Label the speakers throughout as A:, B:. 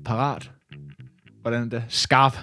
A: Parat. Hvordan er det? Skarp.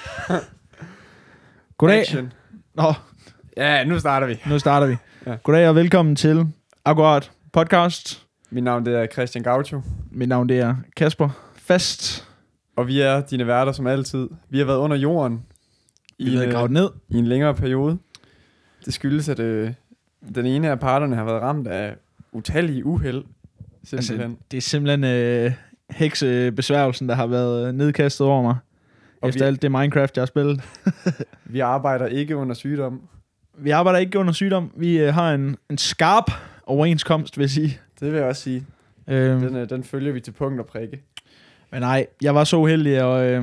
A: Goddag.
B: Action.
A: Nå,
B: Ja, nu starter vi.
A: Ja. Goddag og velkommen til Akkurat Podcast.
B: Mit navn det er Christian Gaucho.
A: Mit navn det er Kasper Fast.
B: Og vi er dine værter som altid. Vi har været under jorden
A: Vi har gravet ned.
B: i en længere periode. Det skyldes, at den ene af parterne har været ramt af utallige uheld. Simpelthen.
A: Altså, det er simpelthen heksebesværgelsen, der har været nedkastet over mig.
B: Og
A: Efter alt det Minecraft, jeg har spillet.
B: Vi arbejder ikke under sygdom.
A: Vi arbejder ikke under sygdom. Vi har en skarp overenskomst, vil jeg sige.
B: Det vil jeg også sige. Den følger vi til punkt og prikke.
A: Men nej, jeg var så uheldig at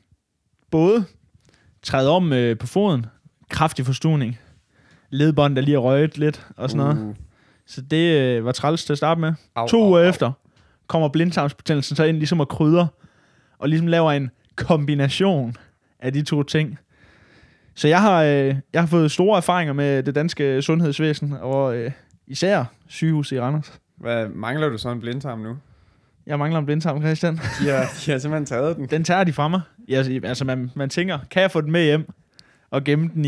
A: både træde om på foden, kraftig forstuning, ledbånd, der lige er røget lidt og sådan noget. Så det var træls til at starte med. 2 uger efter kommer blindtarmsbetændelsen så ind ligesom at krydre, og ligesom laver en kombination af de to ting. Så jeg har fået store erfaringer med det danske sundhedsvæsen, og især sygehuset i Randers.
B: Hvad mangler du så en blindtarm nu?
A: Jeg mangler en blindtarm, Christian.
B: De har simpelthen taget den.
A: Den tager de fra mig. Altså, man tænker, kan jeg få den med hjem og gemme den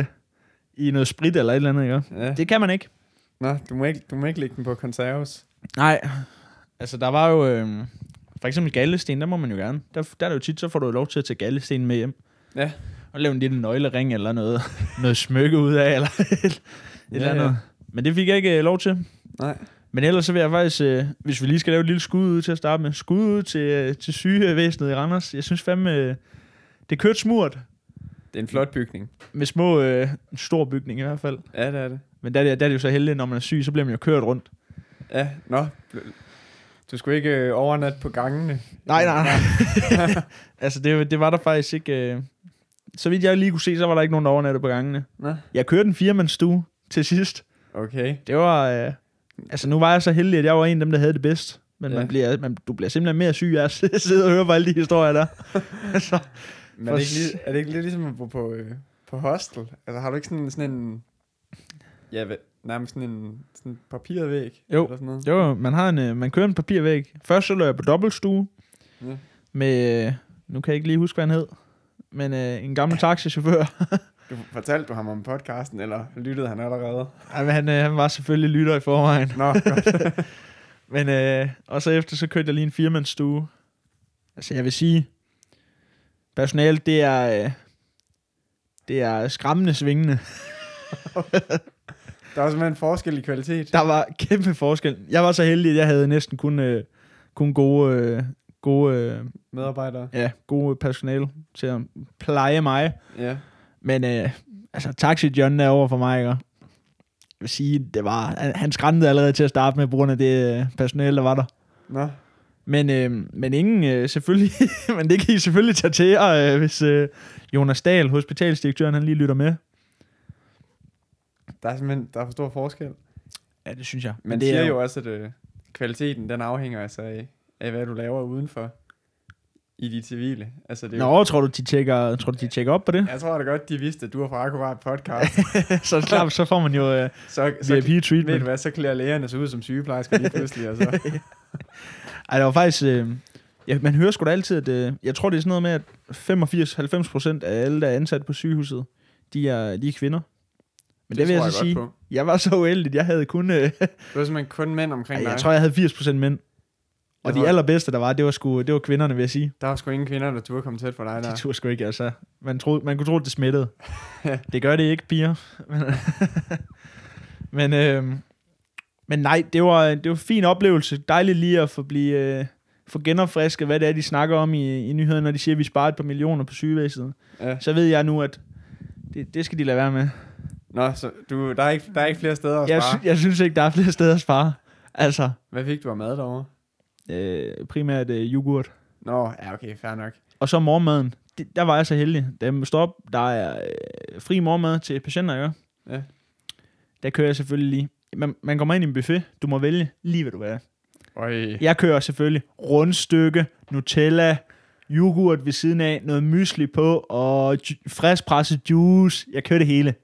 A: i noget sprit eller et eller andet, ikke?
B: Ja.
A: Det kan man ikke.
B: Nå, du må ikke lægge den på konserves.
A: Nej, altså der var jo for eksempel gallesten, der må man jo gerne. Der er det jo tit, så får du lov til at tage gallesten med hjem.
B: Ja.
A: Og lave en lille nøglering eller noget smykke ud af, eller et eller andet. Men det fik jeg ikke lov til.
B: Nej.
A: Men ellers så vil jeg faktisk, hvis vi lige skal lave et lille skud ud til at starte med, skud ud til sygevæsenet i Randers. Jeg synes fandme, det kørte smurt.
B: Det er en flot bygning.
A: Med små, en stor bygning i hvert fald.
B: Ja, det er det.
A: Men der er det jo så heldigt, når man er syg, så bliver man jo kørt rundt.
B: Ja, nå. Du skulle ikke overnatte på gangene.
A: Nej. Altså, det var der faktisk ikke. Så vidt jeg lige kunne se, så var der ikke nogen, der overnattede på gangene.
B: Nå.
A: Jeg kørte en 4-mandsstue til sidst.
B: Okay.
A: Det var... altså, nu var jeg så heldig, at jeg var en af dem, der havde det bedst. Men
B: ja.
A: du bliver simpelthen mere syg af at sidde og høre på alle de historier der. Altså,
B: men er det ikke lidt ligesom at bo på hostel? Altså, har du ikke sådan en... Ja, nærmest sådan en papirvæg?
A: Jo,
B: eller sådan noget?
A: jo, man kører en papirvæg. Først så lå jeg på dobbeltstue. Ja. Med... nu kan jeg ikke lige huske, hvad han hed. Men en gammel taxichauffør.
B: Fortalte du ham om podcasten, eller lyttede han allerede?
A: Ja, men han var selvfølgelig lytter i forvejen.
B: Nå, godt.
A: Men, og så efter, så kørte jeg lige en 4-mandsstue. Altså, jeg vil sige, personalet, det er skræmmende svingende.
B: Der var simpelthen en forskel i kvalitet.
A: Der var kæmpe forskel. Jeg var så heldig, at jeg havde næsten kun gode
B: medarbejdere.
A: Ja, gode personale til at pleje mig.
B: Ja.
A: Men altså, Taxi John derovre for mig, ikke? Jeg vil sige, han skrændede allerede til at starte med, på grund af det personale, der var der.
B: Nå.
A: Men ingen selvfølgelig, men det kan I selvfølgelig tage til jer, hvis Jonas Dahl, hospitalsdirektøren, han lige lytter med.
B: Der er for stor forskel.
A: Ja, det synes jeg.
B: Men det siger jo også, at kvaliteten, den afhænger altså af hvad du laver udenfor i de civile. Altså, det
A: Nå, tror du, de tjekker op på det?
B: Jeg tror da godt, de vidste, at du var fra Akkurat Podcast.
A: så får man jo VIP-treatment.
B: Ved du hvad, så klæder lægerne sig ud som sygeplejersker lige pludselig. Og så.
A: Ej, det var faktisk... man hører sgu da altid, at... jeg tror, det er sådan noget med, at 85-90% af alle, der er ansat på sygehuset, de er kvinder. Men det vil jeg så sige, jeg var så uheldig, jeg havde kun...
B: det var simpelthen kun mænd omkring dig.
A: Jeg tror, jeg havde 80% mænd. Og de allerbedste, der var, det var kvinderne, vil jeg sige.
B: Der var sgu ingen kvinder, der turde komme tæt for dig der.
A: De turde sgu ikke, altså. Man kunne tro, det smittede. Det gør det ikke, piger. Men nej, det var en fin oplevelse. Dejligt lige at få genopfrisket, hvad det er, de snakker om i nyhederne, når de siger, at vi sparer et par millioner på sygevæsenet. Ja. Så ved jeg nu, at det skal de lade være med.
B: Nå, så der er ikke flere steder at spare?
A: Jeg synes ikke, der er flere steder at spare. Altså.
B: Hvad fik du af mad derovre?
A: Primært yoghurt.
B: Nå, ja, okay, fair nok.
A: Og så morgenmaden. Der var jeg så heldig. Da jeg stod op, der er fri morgenmad til patienter, ikke? Ja. Der kører jeg selvfølgelig lige. Man kommer ind i en buffet. Du må vælge lige, hvad du vil have.
B: Oj.
A: Jeg kører selvfølgelig rundstykke, Nutella, yoghurt ved siden af, noget mysli på, og friskpresset juice. Jeg kører det hele.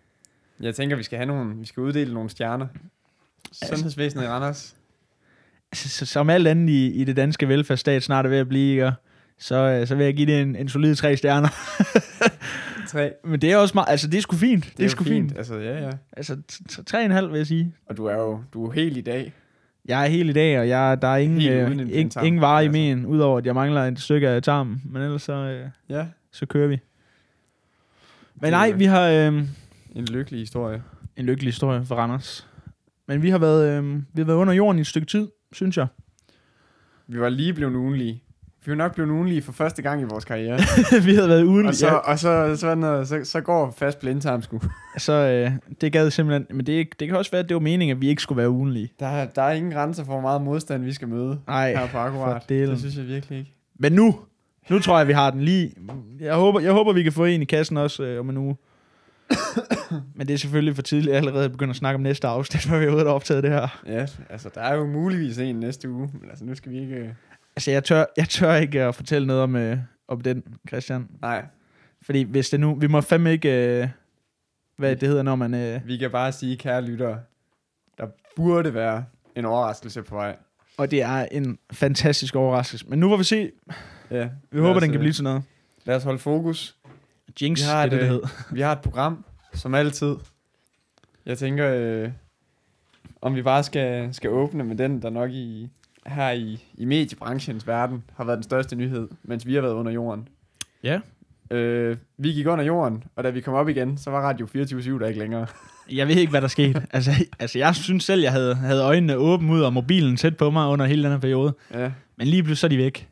B: Jeg tænker, vi skal uddele nogle stjerner. Sundhedsvæsenet i Randers.
A: som alt andet i det danske velfærdsstat snart er ved at blive, ikke? Så vil jeg give det en solid 3 stjerner.
B: 3.
A: Men det er også meget, altså det er sgu fint.
B: Det er sgu fint. Altså, ja.
A: Altså 3,5 vil jeg sige.
B: Og du er helt i dag.
A: Jeg er helt i dag, og der er ingen vare i men, udover at jeg mangler et stykke af tarmen. Men ellers så kører vi. Men nej, vi har...
B: en lykkelig historie.
A: En lykkelig historie for Randers. Men vi har været under jorden i et stykke tid, synes jeg.
B: Vi var lige blevet ugenlige. Vi var nok blevet ugenlige for første gang i vores karriere.
A: Vi havde været ugenlige.
B: Og så går fast blindtarm sgu. Så
A: det gad simpelthen... Men det kan også være, at det var meningen, at vi ikke skulle være ugenlige.
B: Der er ingen grænser for, hvor meget modstand vi skal møde.
A: Nej,
B: her på Akkurat. Det synes jeg virkelig ikke.
A: Men nu tror jeg, vi har den lige... Jeg håber vi kan få en i kassen også om en uge. Men det er selvfølgelig for tidligt at allerede begynde at snakke om næste afsnit, før vi er ude og optaget det her.
B: Ja, altså der er jo muligvis en næste uge, men altså nu skal vi ikke...
A: Altså jeg tør ikke at fortælle noget om den, Christian.
B: Nej.
A: Fordi hvis det nu... Vi må fandme ikke... hvad det hedder, når man...
B: Vi kan bare sige, kære lyttere, der burde være en overraskelse på vej.
A: Og det er en fantastisk overraskelse. Men nu får vi se.
B: Ja.
A: Vi håber, den kan blive til noget.
B: Lad os holde fokus.
A: Jinx, det er det hedder.
B: Vi har et program, som altid. Jeg tænker, om vi bare skal åbne med den, der nok her i mediebranchens verden har været den største nyhed, mens vi har været under jorden.
A: Ja.
B: Vi gik under jorden, og da vi kom op igen, så var Radio 24/7 der ikke længere.
A: Jeg ved ikke, hvad der skete. Altså jeg synes selv, jeg havde øjnene åbne ud og mobilen tæt på mig under hele den her periode.
B: Ja.
A: Men lige pludselig så er de væk.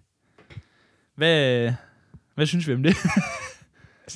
A: Hvad synes vi om det?
B: Altså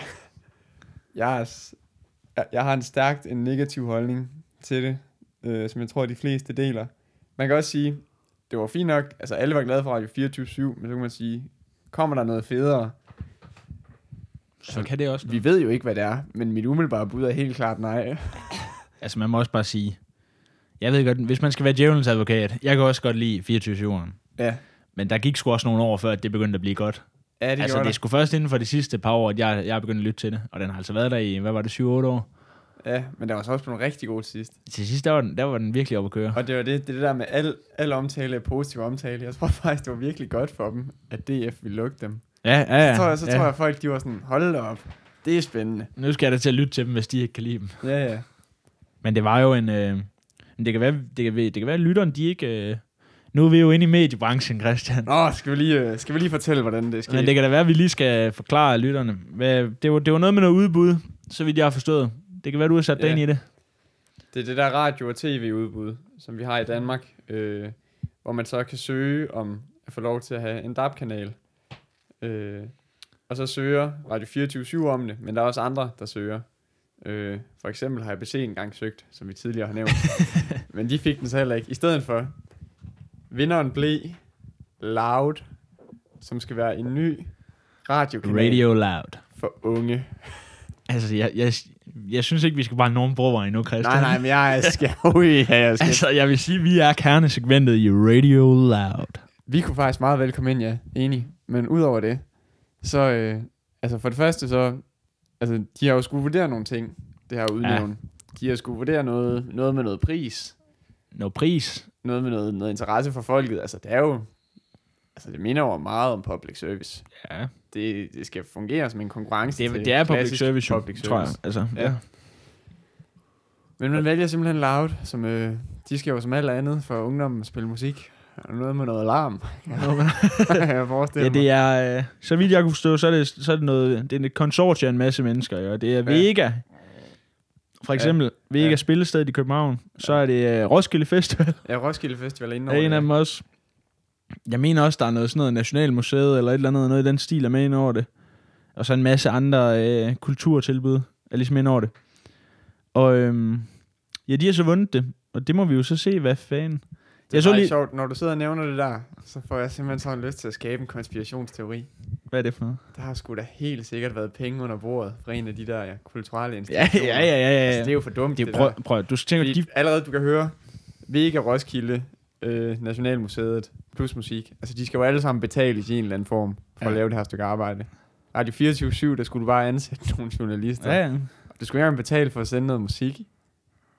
B: jeg har en negativ holdning til det, som jeg tror, de fleste deler. Man kan også sige, det var fint nok, altså alle var glade for Radio 24/7, men så kan man sige, kommer der noget federe?
A: Så kan det også.
B: Vi ved jo ikke, hvad det er, men mit umiddelbare bud er helt klart nej.
A: Altså man må også bare sige, jeg ved godt, hvis man skal være djævelens advokat, jeg kan også godt lide 24/7'eren.
B: Ja.
A: Men der gik sgu også nogle år før, at det begyndte at blive godt.
B: Ja, det
A: er sgu først inden for de sidste par år, at jeg er begyndt at lytte til det. Og den har altså været der i, hvad var det, 7-8 år?
B: Ja, men der var så også blevet rigtig god til sidst.
A: Til sidst, der var den virkelig oppe at køre.
B: Og det var det der med al omtale er positiv omtale. Jeg tror faktisk, det var virkelig godt for dem, at DF ville lukke dem.
A: Ja.
B: Så tror jeg, at folk de var sådan, hold da op. Det er spændende.
A: Nu skal jeg da til at lytte til dem, hvis de ikke kan lide dem.
B: Ja.
A: Men det var jo en... det kan være, at lytteren, de ikke... nu er vi jo inde i mediebranchen, Christian.
B: Skal vi lige fortælle, hvordan det sker?
A: Men det kan da være, at vi lige skal forklare lytterne. Det var noget med noget udbud, så vidt jeg har forstået. Det kan være, du har sat dig ind i det. Det
B: er det der radio- og tv-udbud, som vi har i Danmark, hvor man så kan søge om at få lov til at have en DAB-kanal. Og så søger Radio 24/7 om det, men der er også andre, der søger. For eksempel har ABC engang søgt, som vi tidligere har nævnt. Men de fik den så heller ikke. I stedet for, vinderen blev Loud, som skal være en ny radiokanal.
A: Radio Loud.
B: For unge.
A: Altså, jeg synes ikke, vi skal bare nogen broer endnu, Christian.
B: Nej, men jeg skal.
A: Altså, jeg vil sige, at vi er kernesegmentet i Radio Loud.
B: Vi kunne faktisk meget velkommen ind, ja. Enig. Men udover det, så... altså, for det første så... Altså, de har jo skulle vurdere nogle ting, det her udnævn. Ja. De har skulle vurdere noget med noget pris.
A: Noget pris?
B: Noget med noget interesse for folket. Altså, det er jo... Altså, det minder jo meget om public service.
A: Ja.
B: Det skal fungere som en konkurrence.
A: Det er public service, tror jeg. Altså, ja.
B: Men man vælger simpelthen Loud, som de skal jo som alt andet for ungdommen spille musik. Og noget med noget larm. Jeg forestiller mig.
A: Det er, så vidt jeg kunne forstå, så er det noget, det er et konsortium af en masse mennesker, og det er Vega. For eksempel Vega Spillested i København. Så er det Roskilde Festival.
B: Ja, Roskilde Festival er inde
A: over det. Er en af dem også. Jeg mener også, der er noget sådan noget Nationalmuseet, eller et eller andet, noget i den stil, er med ind over det. Og så en masse andre kulturtilbud, er ligesom ind over det. Og de har så vundet det, og det må vi jo så se, hvad fanden.
B: Det er sjovt, når du sidder og nævner det der, så får jeg simpelthen sådan lyst til at skabe en konspirationsteori.
A: Hvad er det for noget?
B: Der har sgu da helt sikkert været penge under bordet fra en af de der kulturelle institutioner.
A: Ja.
B: Altså, det er jo for dumt,
A: prøv, du tænker,
B: allerede du kan høre, Vega, Roskilde, Nationalmuseet, plus musik. Altså, de skal jo alle sammen betale i en eller anden form for at lave det her stykke arbejde. Radio 24/7, der skulle du bare ansætte nogle journalister.
A: Ja.
B: Du skulle ikke engang betale for at sende noget musik.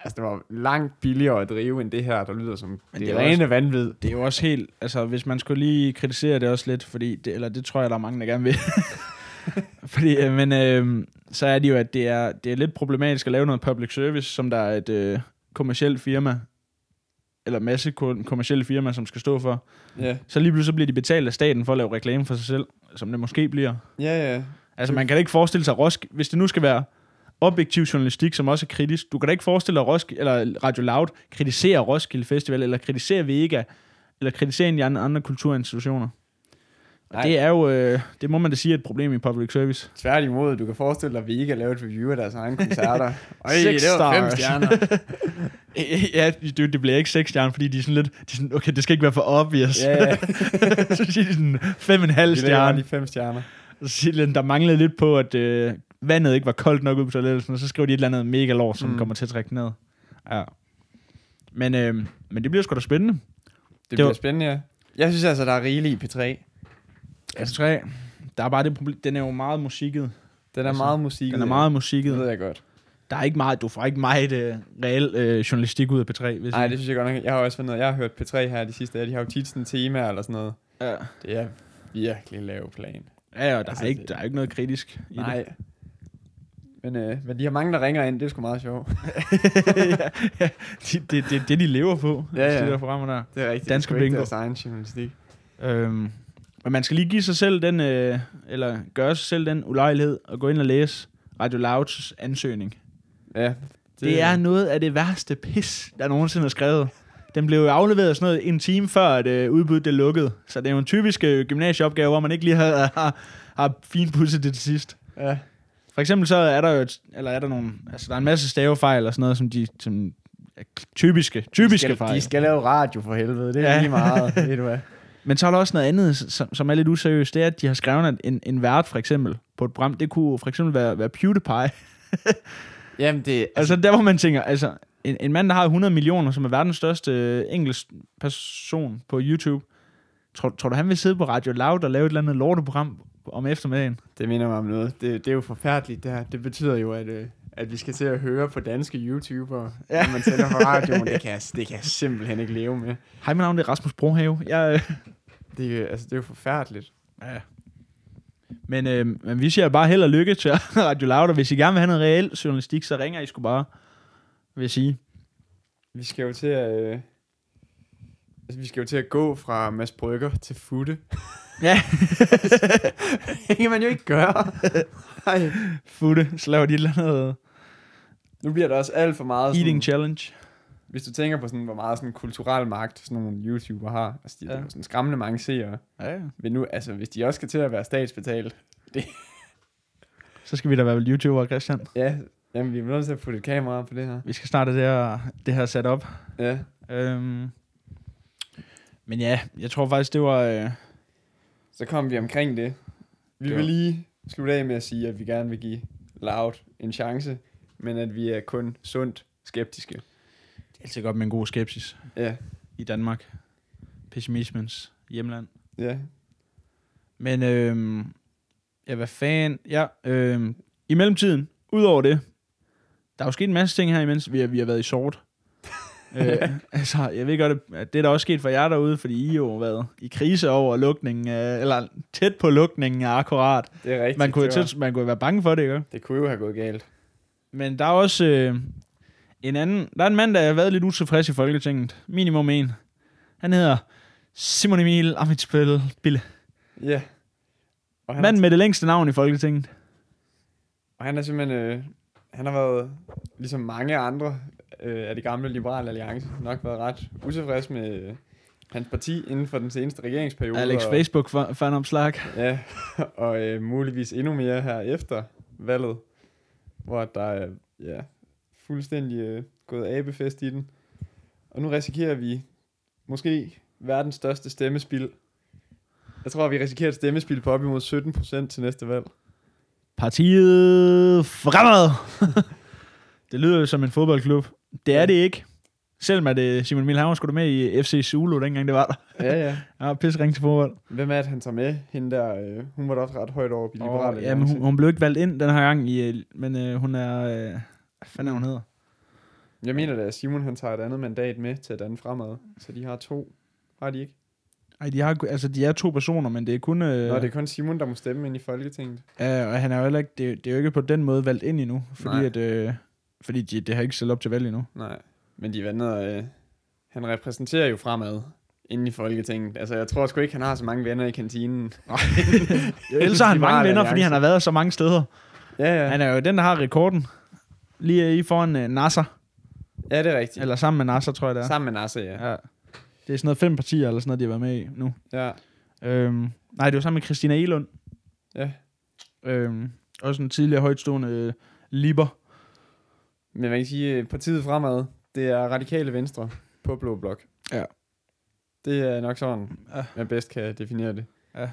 B: Altså, det var langt billigere at drive end det her, der lyder som det
A: er
B: rene vanvid.
A: Det er jo også helt... Altså, hvis man skulle lige kritisere det også lidt, fordi... Det tror jeg, der er mange, der gerne vil. Fordi, så er det jo, at det er lidt problematisk at lave noget public service, som der er et kommercielt firma, eller masse kommercielle firma, som skal stå for.
B: Ja.
A: Så lige pludselig bliver de betalt af staten for at lave reklame for sig selv, som det måske bliver.
B: Ja.
A: Altså, man kan da ikke forestille sig hvis det nu skal være objektiv journalistik, som også er kritisk. Du kan da ikke forestille dig eller Radio Loud kritisere Roskilde Festival, eller kritisere Vega, eller kritisere en af de andre kulturinstitutioner. Og det er jo, det må man da sige, er et problem i public service.
B: Tværtimod, du kan forestille dig, at Vega laver et review af deres egne koncerter. Øj,
A: 6
B: det var 5
A: stars.
B: stjerner.
A: Ja, det bliver ikke 6 stjerner, fordi de er sådan, okay, det skal ikke være for obvious.
B: Ja.
A: Så siger de sådan 5,5 stjerner.
B: Lige 5 stjerner.
A: Så siger de, der manglede lidt på, at vandet ikke var koldt nok ud på toilettet, og så skriver de et eller andet mega lort, som kommer til at trække ned. Ja. Men det bliver sgu da spændende.
B: Det bliver spændende, ja. Jeg synes altså, der er rigeligt i P3.
A: P3, der er bare det problem, den er jo meget musikket.
B: Den er meget musikket.
A: Den er meget musikket.
B: Det ved jeg godt.
A: Der er ikke meget, du får ikke meget reel journalistik ud af P3.
B: Nej, det synes jeg godt nok. Jeg har også fundet, jeg har hørt P3 her de sidste dage. De har jo tit sådan tema eller sådan noget. Ja. Det er virkelig lav plan.
A: Ja, og der er ikke noget kritisk i det.
B: Men de har mange, der ringer ind. Det er sgu meget sjovt.
A: Ja, det de lever på.
B: Ja.
A: De der programmer der.
B: Det er rigtigt.
A: Danske bingo.
B: Deres egen journalistik.
A: Men man skal lige give sig selv den, eller gøre sig selv den ulejlighed og gå ind og læse Radio Louds ansøgning.
B: Ja.
A: Det er noget af det værste pis, der nogensinde har skrevet. Den blev jo afleveret sådan noget en time før, at udbuddet det lukkede. Så det er jo en typisk gymnasieopgave, hvor man ikke lige har finpudset det til sidst.
B: Ja.
A: For eksempel så er der jo der er en masse stavefejl og sådan noget, som typiske fejl.
B: De skal lave radio for helvede, det er lige meget, ved du hvad.
A: Men så er der også noget andet, som er lidt useriøst, det er, at de har skrevet en vært for eksempel på et program. Det kunne for eksempel være PewDiePie.
B: Jamen det...
A: Altså der hvor man tænker, altså en mand, der har 100 millioner, som er verdens største engelsk person på YouTube. Tror du, han vil sidde på Radio Loud og lave et eller andet lorteprogram om eftermiddagen?
B: Det minder mig om noget. Det er jo forfærdeligt, det her. Det betyder jo, at vi skal til at høre på danske YouTubere, når man sender på radioen. Det kan jeg simpelthen ikke leve med.
A: Hej, mit navn er Rasmus Brohave.
B: Det er jo forfærdeligt.
A: Ja. Men vi siger bare held og lykke til Radio Loud, og hvis I gerne vil have noget reel journalistik, så ringer I sgu bare, vil jeg sige.
B: Vi skal jo til at gå fra Mads Brygger til Futte.
A: Ja.
B: Det kan man jo ikke gøre. Nej.
A: Futte, så laver de et eller andet.
B: Nu bliver der også alt for meget
A: Eating challenge.
B: Hvis du tænker på sådan, hvor meget sådan kulturel magt sådan nogle YouTuber har. Altså, de er jo sådan skræmmende mange seere.
A: Ja.
B: Men nu, altså, hvis de også skal til at være statsbetalt.
A: Så skal vi da være YouTuber, Christian.
B: Ja, jamen, vi er nødt til at putte et kamera på det her.
A: Vi skal starte det her sat op.
B: Ja.
A: Men ja, jeg tror faktisk, det var...
B: Så kom vi omkring det. Vi vil lige slutte af med at sige, at vi gerne vil give Loud en chance, men at vi er kun sundt skeptiske.
A: Det er altid godt med en god skepsis.
B: Ja.
A: I Danmark. Pessimismens hjemland.
B: Ja.
A: Men, hvad fanden... Ja, i mellemtiden, udover det, der er jo sket en masse ting her, imens vi har været i sort. Altså, jeg ved godt, at det er der også sket for jer derude, fordi I jo har været i krise over lukningen, eller tæt på lukningen af akkurat.
B: Det er rigtigt.
A: Man kunne være bange for det, ikke?
B: Det kunne jo have gået galt.
A: Men der er også der er en mand, der har været lidt utilfreds i Folketinget. Minimum en. Han hedder Simon Emil Amitsbøll Bille.
B: Ja.
A: Yeah. Manden med det længste navn i Folketinget.
B: Og han er simpelthen, han har været, ligesom mange andre af de gamle Liberale Alliance, nok været ret utilfreds med hans parti inden for den seneste regeringsperiode.
A: Alex Facebook-fanopslag.
B: Ja, og muligvis endnu mere her efter valget, hvor der er fuldstændig gået abefest i den. Og nu risikerer vi måske verdens største stemmespild. Jeg tror, vi risikerer et stemmespild på op imod 17% til næste valg.
A: Partiet fremad! Det lyder jo som en fodboldklub. Det er det ikke. Selvom at Simon Emil Hammer skulle med i FC Zulu, dengang det var der.
B: Ja.
A: Ja, pisse ring til fodbold.
B: Hvem er det, han tager med? Hende der, hun var da også ret højt over i Liberale.
A: Ja, men hun blev ikke valgt ind den her gang, men hun er... hvad fanden er hun hedder?
B: Jeg mener da, at Simon han tager et andet mandat med til at danne fremad. Så de har 2. Har de ikke?
A: Ej, de er 2 personer, men det er kun...
B: Nå, det er kun Simon, der må stemme ind i Folketinget.
A: Ja, og han er jo heller ikke... Det er jo ikke på den måde valgt ind endnu, fordi det har ikke stillet op til valg endnu.
B: Nej, men de venner... han repræsenterer jo fremad inde i Folketinget. Altså, jeg tror sgu ikke, han har så mange venner i kantinen.
A: Ellers har han mange venner, fordi han har været så mange steder.
B: Ja.
A: Han er jo den, der har rekorden. Lige foran Nasser.
B: Ja, det er rigtigt.
A: Eller sammen med Nasser, tror jeg det er.
B: Sammen med Nasser, ja.
A: Det er sådan noget 5 partier, eller sådan noget, de har været med i nu.
B: Ja.
A: Nej, det var sammen med Christina Egelund.
B: Ja.
A: Også en tidligere højtstående Liber.
B: Men man kan sige, at partiet fremad, det er radikale venstre på blå blok.
A: Ja.
B: Det er nok sådan, man bedst kan definere det.
A: Ja.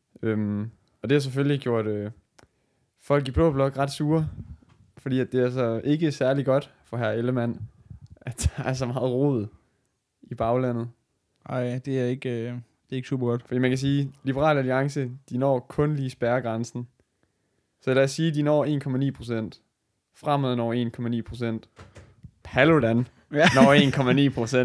B: Og det har selvfølgelig gjort folk i blå blok ret sure, fordi at det er altså ikke særlig godt for herr Ellemann, at der er så meget rod i baglandet.
A: Nej, det er ikke super godt.
B: Fordi man kan sige, Liberal Alliance, de når kun lige spærregrænsen. Så lad os sige, de når 1,9%. Fremad når 1,9%. Paludan når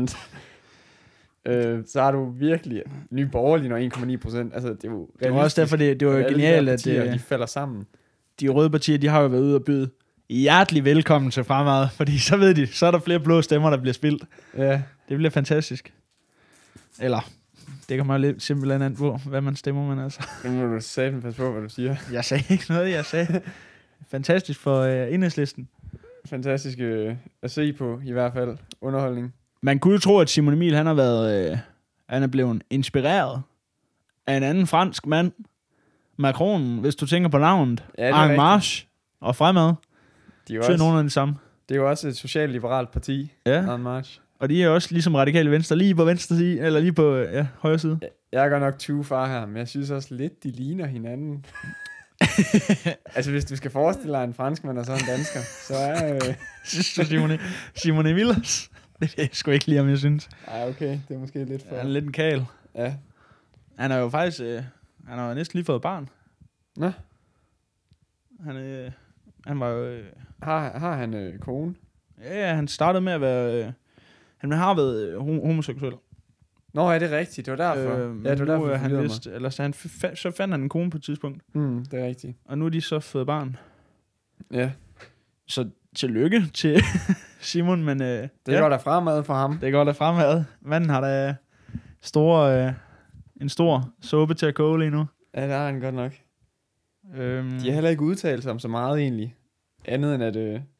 B: 1,9%. Så har du virkelig Nye Borgerlige når 1,9%. Altså, det er jo
A: det var også derfor, det var jo genialt, at
B: de falder sammen.
A: De røde partier, de har jo været ude og byde hjertelig velkommen til fremad, fordi så ved de, så er der flere blå stemmer, der bliver spildt.
B: Ja.
A: Det bliver fantastisk. Eller, det kommer lidt simpelthen an på, hvad man stemmer, men altså.
B: Nu må du satme passe på, hvad du siger.
A: Jeg sagde ikke noget, jeg sagde. Fantastisk for Enhedslisten.
B: Fantastisk at se på, i hvert fald. Underholdning.
A: Man kunne jo tro, at Simon Emil, han er blevet inspireret af en anden fransk mand. Macron, hvis du tænker på navnet.
B: Ja,
A: En Marche og fremad.
B: De er
A: så er nogen af det samme.
B: Det er jo også et socialliberalt parti.
A: Ja.
B: En Marche.
A: Og de er også ligesom radikale venstre, lige på venstre side, eller lige på højre side.
B: Jeg er godt nok too far her, men jeg synes også lidt, de ligner hinanden. Altså, hvis du skal forestille dig en franskmand og så en dansker, så er...
A: Synes du, Simon Emil? Det er jeg sgu ikke lige, om jeg synes.
B: Ej, okay. Det er måske lidt for...
A: Han er lidt en kæl.
B: Ja.
A: Han er jo faktisk... han har jo næsten lige fået barn.
B: Nå.
A: Han var jo...
B: Har han kone?
A: Ja, han startede med at være... han har været homoseksuel.
B: Nå, ja, det er rigtigt. Det var derfor. Ja, det var derfor,
A: han vidste... Eller så fandt han en kone på et tidspunkt.
B: Det er rigtigt.
A: Og nu er de så fået barn.
B: Ja.
A: Så tillykke til Simon, men...
B: det går da fremad for ham.
A: Det går da fremad. Manden har da en stor såbe til at koge lige nu.
B: Ja, det har han godt nok. De har heller ikke udtalt sig om så meget egentlig. Andet end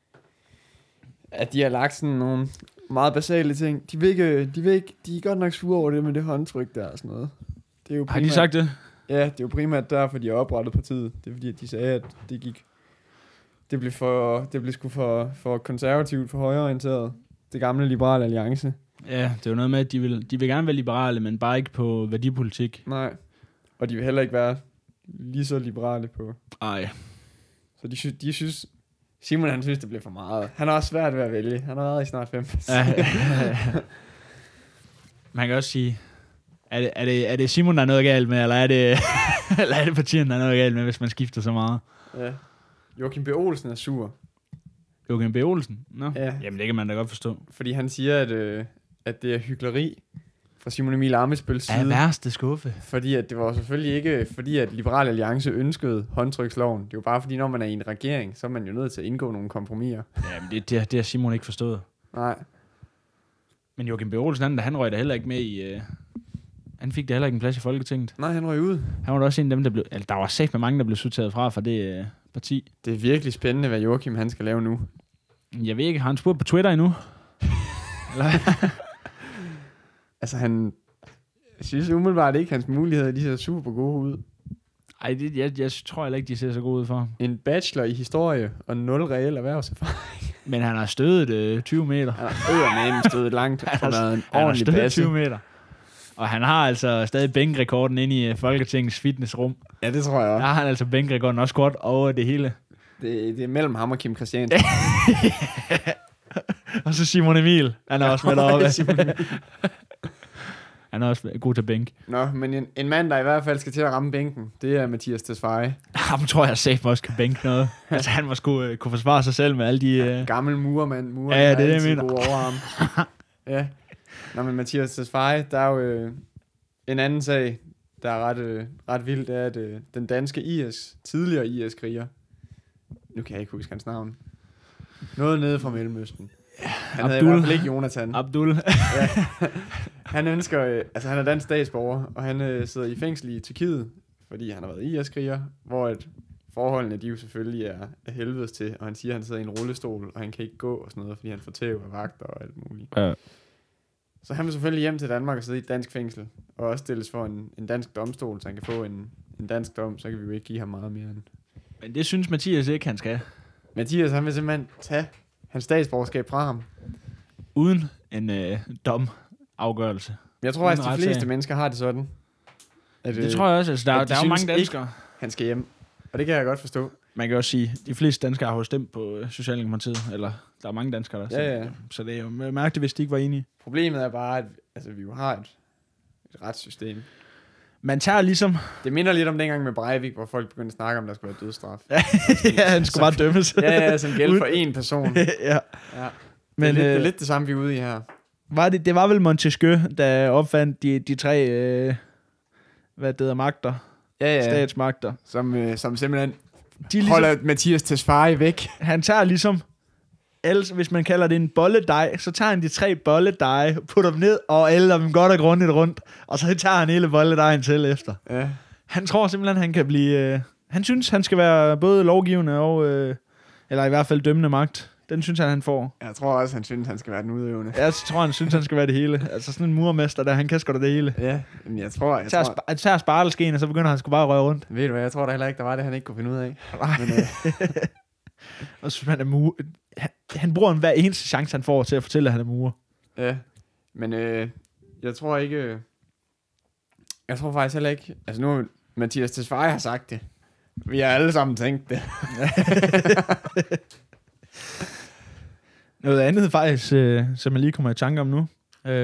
B: at de har lagt sådan nogle meget basale ting. De er godt nok sure over det med det håndtryk der og sådan noget. Det er jo
A: har de sagt det?
B: Ja, det er jo primært derfor, de har oprettet partiet. Det er fordi, at de sagde, at det blev sgu for konservativt, for højreorienteret. Det gamle Liberale Alliance.
A: Ja, det er jo noget med, at de vil gerne være liberale, men bare ikke på værdipolitik.
B: Nej, og de vil heller ikke være lige så liberale på...
A: Nej.
B: Så de synes... Simon, han synes, det bliver for meget. Han har også svært ved at vælge. Han har været i snart 5 år.
A: Man kan også sige, er det Simon, der er noget galt med, eller er det partierne, der er noget galt med, hvis man skifter så meget?
B: Ja. Joachim B. Olsen er sur.
A: Joachim B. Olsen? Nå.
B: Ja.
A: Jamen, det kan man da godt forstå.
B: Fordi han siger, at det er hykleri fra Simon Emil Ammitzbølls side.
A: Er værste skuffe.
B: Fordi at det var selvfølgelig ikke, fordi at Liberal Alliance ønskede håndtryksloven. Det er jo bare fordi, når man er i en regering, så er man jo nødt til at indgå nogle kompromiser.
A: Jamen, det har Simon ikke forstået.
B: Nej.
A: Men Joachim B. Olsen, han røg da heller ikke med i... Han fik da heller ikke en plads i Folketinget.
B: Nej, han røg ud.
A: Han var da også en af dem, der blev... Altså, der var sæt med mange, der blev sorteret fra det parti.
B: Det er virkelig spændende, hvad Joachim han skal lave nu.
A: Jeg ved ikke, har han spurgt på Twitter endnu? Eller?
B: Altså, han... Jeg synes umiddelbart ikke, hans muligheder, de ser super gode ud.
A: Ej, jeg tror heller ikke, de ser så gode ud for ham.
B: En bachelor i historie og 0 reel erhvervserfaring.
A: Men han har stødet 20 meter.
B: Han har stødet langt.
A: Han har stødet 20 meter. Og han har altså stadig bænkrekorden inde i Folketingets fitnessrum.
B: Ja, det tror jeg også.
A: Der har han altså bænkrekorden også godt over det hele.
B: Det er mellem ham og Kim Christiansen. Og
A: så Simon Emil. Han er også med deroppe. Han er også god til bænk.
B: Nå, men en mand, der i hvert fald skal til at ramme bænken, det er Mathias Tesfaye.
A: Ham tror jeg sagt også kan bænke noget. Altså han må sgu kunne forsvare sig selv med alle de...
B: Gammel murmand.
A: Ja, det er det, jeg mener.
B: God overarm. Ja. Nå, men Mathias Tesfaye, der er jo en anden sag, der er ret vild, det er, at den danske tidligere IS-kriger, nu kan jeg ikke huske hans navn, noget nede fra Mellemøsten. Han hedder i hvert fald ikke Jonathan.
A: Abdul.
B: Ja. Han ønsker, altså han er dansk statsborger, og han sidder i fængsel i Tyrkiet, fordi han har været IS-kriger, hvor forholdene, de jo selvfølgelig er helvedes til, og han siger, at han sidder i en rullestol, og han kan ikke gå og sådan noget, fordi han får tæv af vagter og alt muligt.
A: Ja.
B: Så han vil selvfølgelig hjem til Danmark og sidde i et dansk fængsel, og også stilles for en dansk domstol, så han kan få en dansk dom, så kan vi jo ikke give ham meget mere end.
A: Men det synes Mathias ikke, han skal.
B: Mathias, han vil simpelthen tage hans statsborgerskab fra ham.
A: Uden en domafgørelse.
B: Jeg tror, at de fleste mennesker har det sådan. At,
A: det tror jeg også. Altså, der er jo mange danskere.
B: Ikke, han skal hjem. Og det kan jeg godt forstå.
A: Man kan også sige, at de fleste danskere har jo stemt på Socialdemokratiet. Eller der er mange danskere, der
B: ja.
A: Så det er jo mærkeligt, hvis de ikke var enige.
B: Problemet er bare, at vi jo har et retssystem.
A: Man tager ligesom...
B: Det minder lidt om dengang med Breivik, hvor folk begyndte at snakke om, at der skulle være dødsstraf.
A: Ja, han skulle bare dømmes.
B: Ja, som gælder for én person.
A: Ja.
B: Men det er lidt det samme, vi er ude i her.
A: Det var vel Montesquieu, der opfandt de tre hvad det hedder, magter.
B: Ja.
A: Statsmagter.
B: Som simpelthen holder Mathias Tesfaye væk.
A: Han tager ligesom, hvis man kalder det en bolledej, så tager han de 3 bolledeje, putter dem ned og ælder dem godt og grundigt rundt, og så tager han hele bolledejen til efter.
B: Ja.
A: Han tror simpelthen, han kan blive... han synes, han skal være både lovgivende og... eller i hvert fald dømmende magt. Den synes han får.
B: Jeg tror også, han synes, han skal være den udøvende.
A: Jeg tror, han synes, han skal være det hele. Altså sådan en murmester der, han kan sgu da det hele.
B: Ja, men jeg tror...
A: Han tager spartelskeen, og så begynder han sgu bare at røre rundt.
B: Ved du hvad, jeg tror da heller ikke, der var det, han ikke kunne finde ud af.
A: Nej. Men, og så han han bruger hver eneste chance, han får til at fortælle, at han er murer.
B: Ja, men jeg tror ikke... Jeg tror faktisk heller ikke... Altså nu, Mathias Tesfaye har sagt det. Vi har alle sammen tænkt det.
A: Noget andet faktisk, som jeg lige kommer i tanke om nu.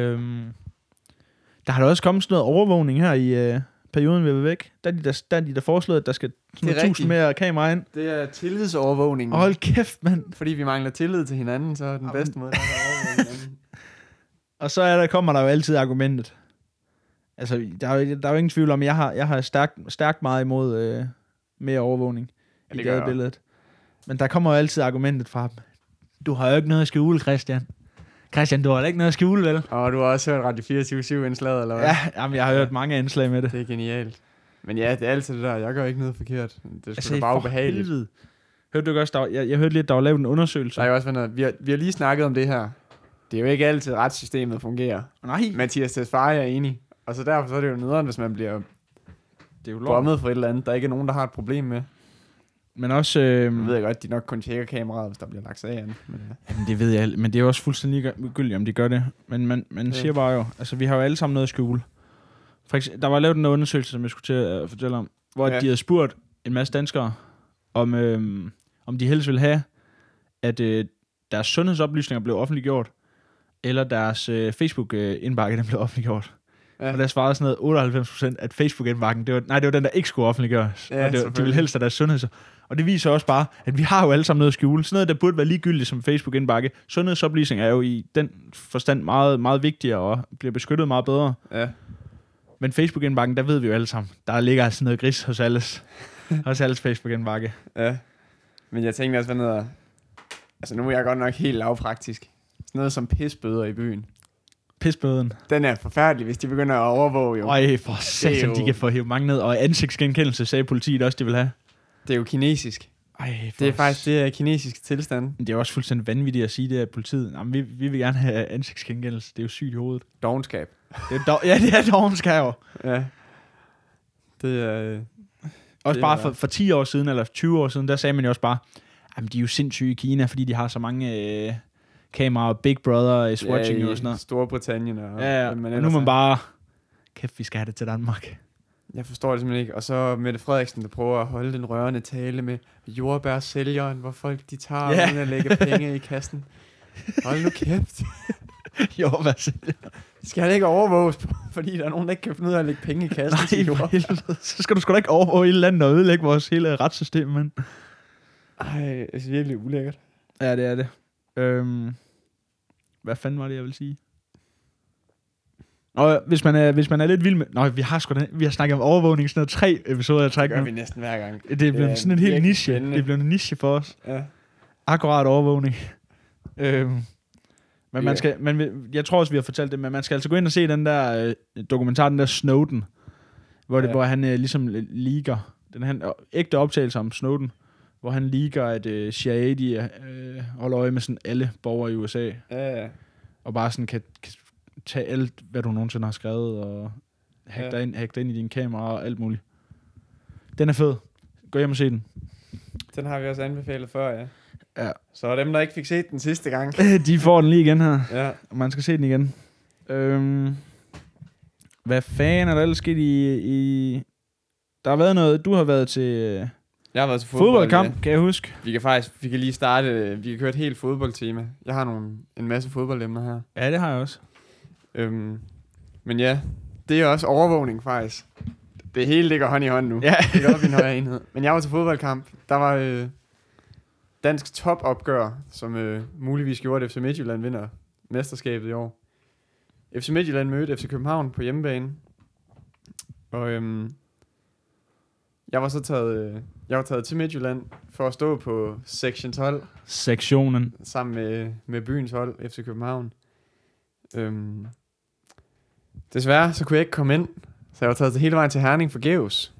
A: Der har der også kommet sådan noget overvågning her i perioden, vi er væk. Der er de der foreslået, at der skal 1000 mere kameraer ind.
B: Det er tillidsovervågning.
A: Hold kæft, mand.
B: Fordi vi mangler tillid til hinanden, så er den bedste måde, der er overvågning.
A: Og så kommer der jo altid argumentet. Altså, der er jo ingen tvivl om, at jeg har stærkt meget imod mere overvågning i gadebilledet. Men der kommer jo altid argumentet fra dem. Du har jo ikke noget at skjule, Christian. Christian, du har ikke noget at skjule, vel?
B: Og du har også hørt Radio 24/7 indslaget, eller hvad?
A: Ja, jamen, jeg har hørt mange indslag med det.
B: Det er genialt. Men ja, det er altid det der. Jeg gør ikke noget forkert. Det er sgu bare ubehageligt.
A: Helvede. Hørte du også, jeg hørte lidt, der var lavet en undersøgelse.
B: Der er jo også venner, vi har lige snakket om det her. Det er jo ikke altid, retssystemet fungerer.
A: Nej.
B: Mathias Tesfaye er enig. Og så derfor så er det jo nederen, hvis man bliver bommet for et eller andet, der ikke er nogen, der har et problem med.
A: Men også...
B: Jeg ved godt, de nok kun tjekker kameraet, hvis der bliver lagt sag an. Men,
A: Jamen, det ved jeg, men det er også fuldstændig ligegyldigt, om de gør det. Men man siger bare jo, altså vi har jo alle sammen noget at skjule. For eksempel, der var lavet en undersøgelse, som jeg skulle til at fortælle om, hvor de havde spurgt en masse danskere, om de helst ville have, at deres sundhedsoplysninger blev offentliggjort, eller deres Facebook-indbakke, den blev offentliggjort. Ja. Og der svarede sådan noget 98%, at Facebook-indbakken, det var den, der ikke skulle offentliggøres. Ja, og de ville helst have deres sundheds. Og det viser også bare, at vi har jo alle sammen noget at skjule. Sådan noget, der burde være ligegyldigt som Facebook-indbakke. Sundhedsoplysninger er jo i den forstand meget, meget vigtigere og bliver beskyttet meget bedre. Ja. Men Facebook-indbakken, der ved vi jo alle sammen. Der ligger altså noget gris hos alles Facebook-indbakke.
B: Ja. Men jeg tænkte også, hvad noget... Altså nu er jeg godt nok helt lavpraktisk. Sådan noget som pisbøder i byen.
A: Pisbøden.
B: Den er forfærdelig, hvis de begynder at overvåge jo.
A: Øj, for satan, de kan få hævet mange ned. Og ansigtsgenkendelse sagde politiet også, de vil have.
B: Det er jo kinesisk. Det er faktisk kinesisk tilstand.
A: Det er også fuldstændig vanvittigt at sige det af politiet. Jamen, vi vil gerne have ansigtsgenkendelse. Det er jo sygt i hovedet.
B: Dovenskab.
A: Det er dovenskab.
B: Ja. Det er...
A: Også bare for 10 år siden, eller 20 år siden, der sagde man jo også bare, jamen de er jo sindssyge i Kina, fordi de har så mange kameraer, Big Brother is watching og sådan noget.
B: Storbritannien og...
A: Ja, og nu er man bare, kæft, vi skal have det til Danmark.
B: Jeg forstår det simpelthen ikke. Og så Mette Frederiksen, der prøver at holde den rørende tale med jordbærsælgeren, hvor folk de tager uden at lægge penge i kassen. Hold nu kæft.
A: Jordbærsælgeren.
B: Skal han ikke overvåges Fordi der er nogen, der ikke kan finde ud af at lægge penge i kassen.
A: Nej, for helvede. Så skal du sgu da ikke overvåge hele landet og ødelægge vores hele retssystem, men...
B: Ej, det er virkelig ulækkert.
A: Ja, det er det. Hvad fanden var det, jeg vil sige? Og hvis man er lidt vild med... Nå, vi har snakket om overvågning sådan noget 3 episoder, jeg trækker
B: Det
A: nu.
B: gør vi næsten hver gang.
A: Det er blevet sådan en helt
B: virkelig
A: niche.
B: spændende.
A: Det er blevet en niche for os.
B: Ja.
A: Akkurat overvågning. Men
B: Ja.
A: jeg tror også, vi har fortalt det, men man skal altså gå ind og se den der dokumentar, den der Snowden, hvor han ligesom leaker, ægte optagelse om Snowden, hvor han leaker, at CIA de holder øje med sådan alle borgere i USA,
B: Ja.
A: og bare sådan kan tage alt, hvad du nogensinde har skrevet, og hacke dig ind i dine kameraer og alt muligt. Den er fed. Gå hjem og se den.
B: Den har vi også anbefalet før, ja.
A: Ja.
B: Så dem, der ikke fik set den sidste gang.
A: De får den lige igen her.
B: Ja.
A: Og man skal se den igen. Hvad fanden er der ellers sket i... Der har været noget... Du har været til
B: Jeg har været til
A: fodboldkamp, kan jeg huske.
B: Vi kan lige starte... Vi kan køre et helt fodboldtema. Jeg har en masse fodboldemner her.
A: Ja, det har jeg også.
B: Men ja, det er også overvågning faktisk. Det hele ligger hånd i hånd nu.
A: Ja.
B: Det er op i en højere enhed. Men jeg var til fodboldkamp. Der var dansk topopgør, som muligvis gjorde, at FC Midtjylland vinder mesterskabet i år. FC Midtjylland mødte FC København på hjemmebane. Og jeg var taget til Midtjylland for at stå på Section 12
A: Sektionen.
B: sammen med byens hold, FC København. Desværre så kunne jeg ikke komme ind, så jeg var taget hele vejen til Herning forgæves.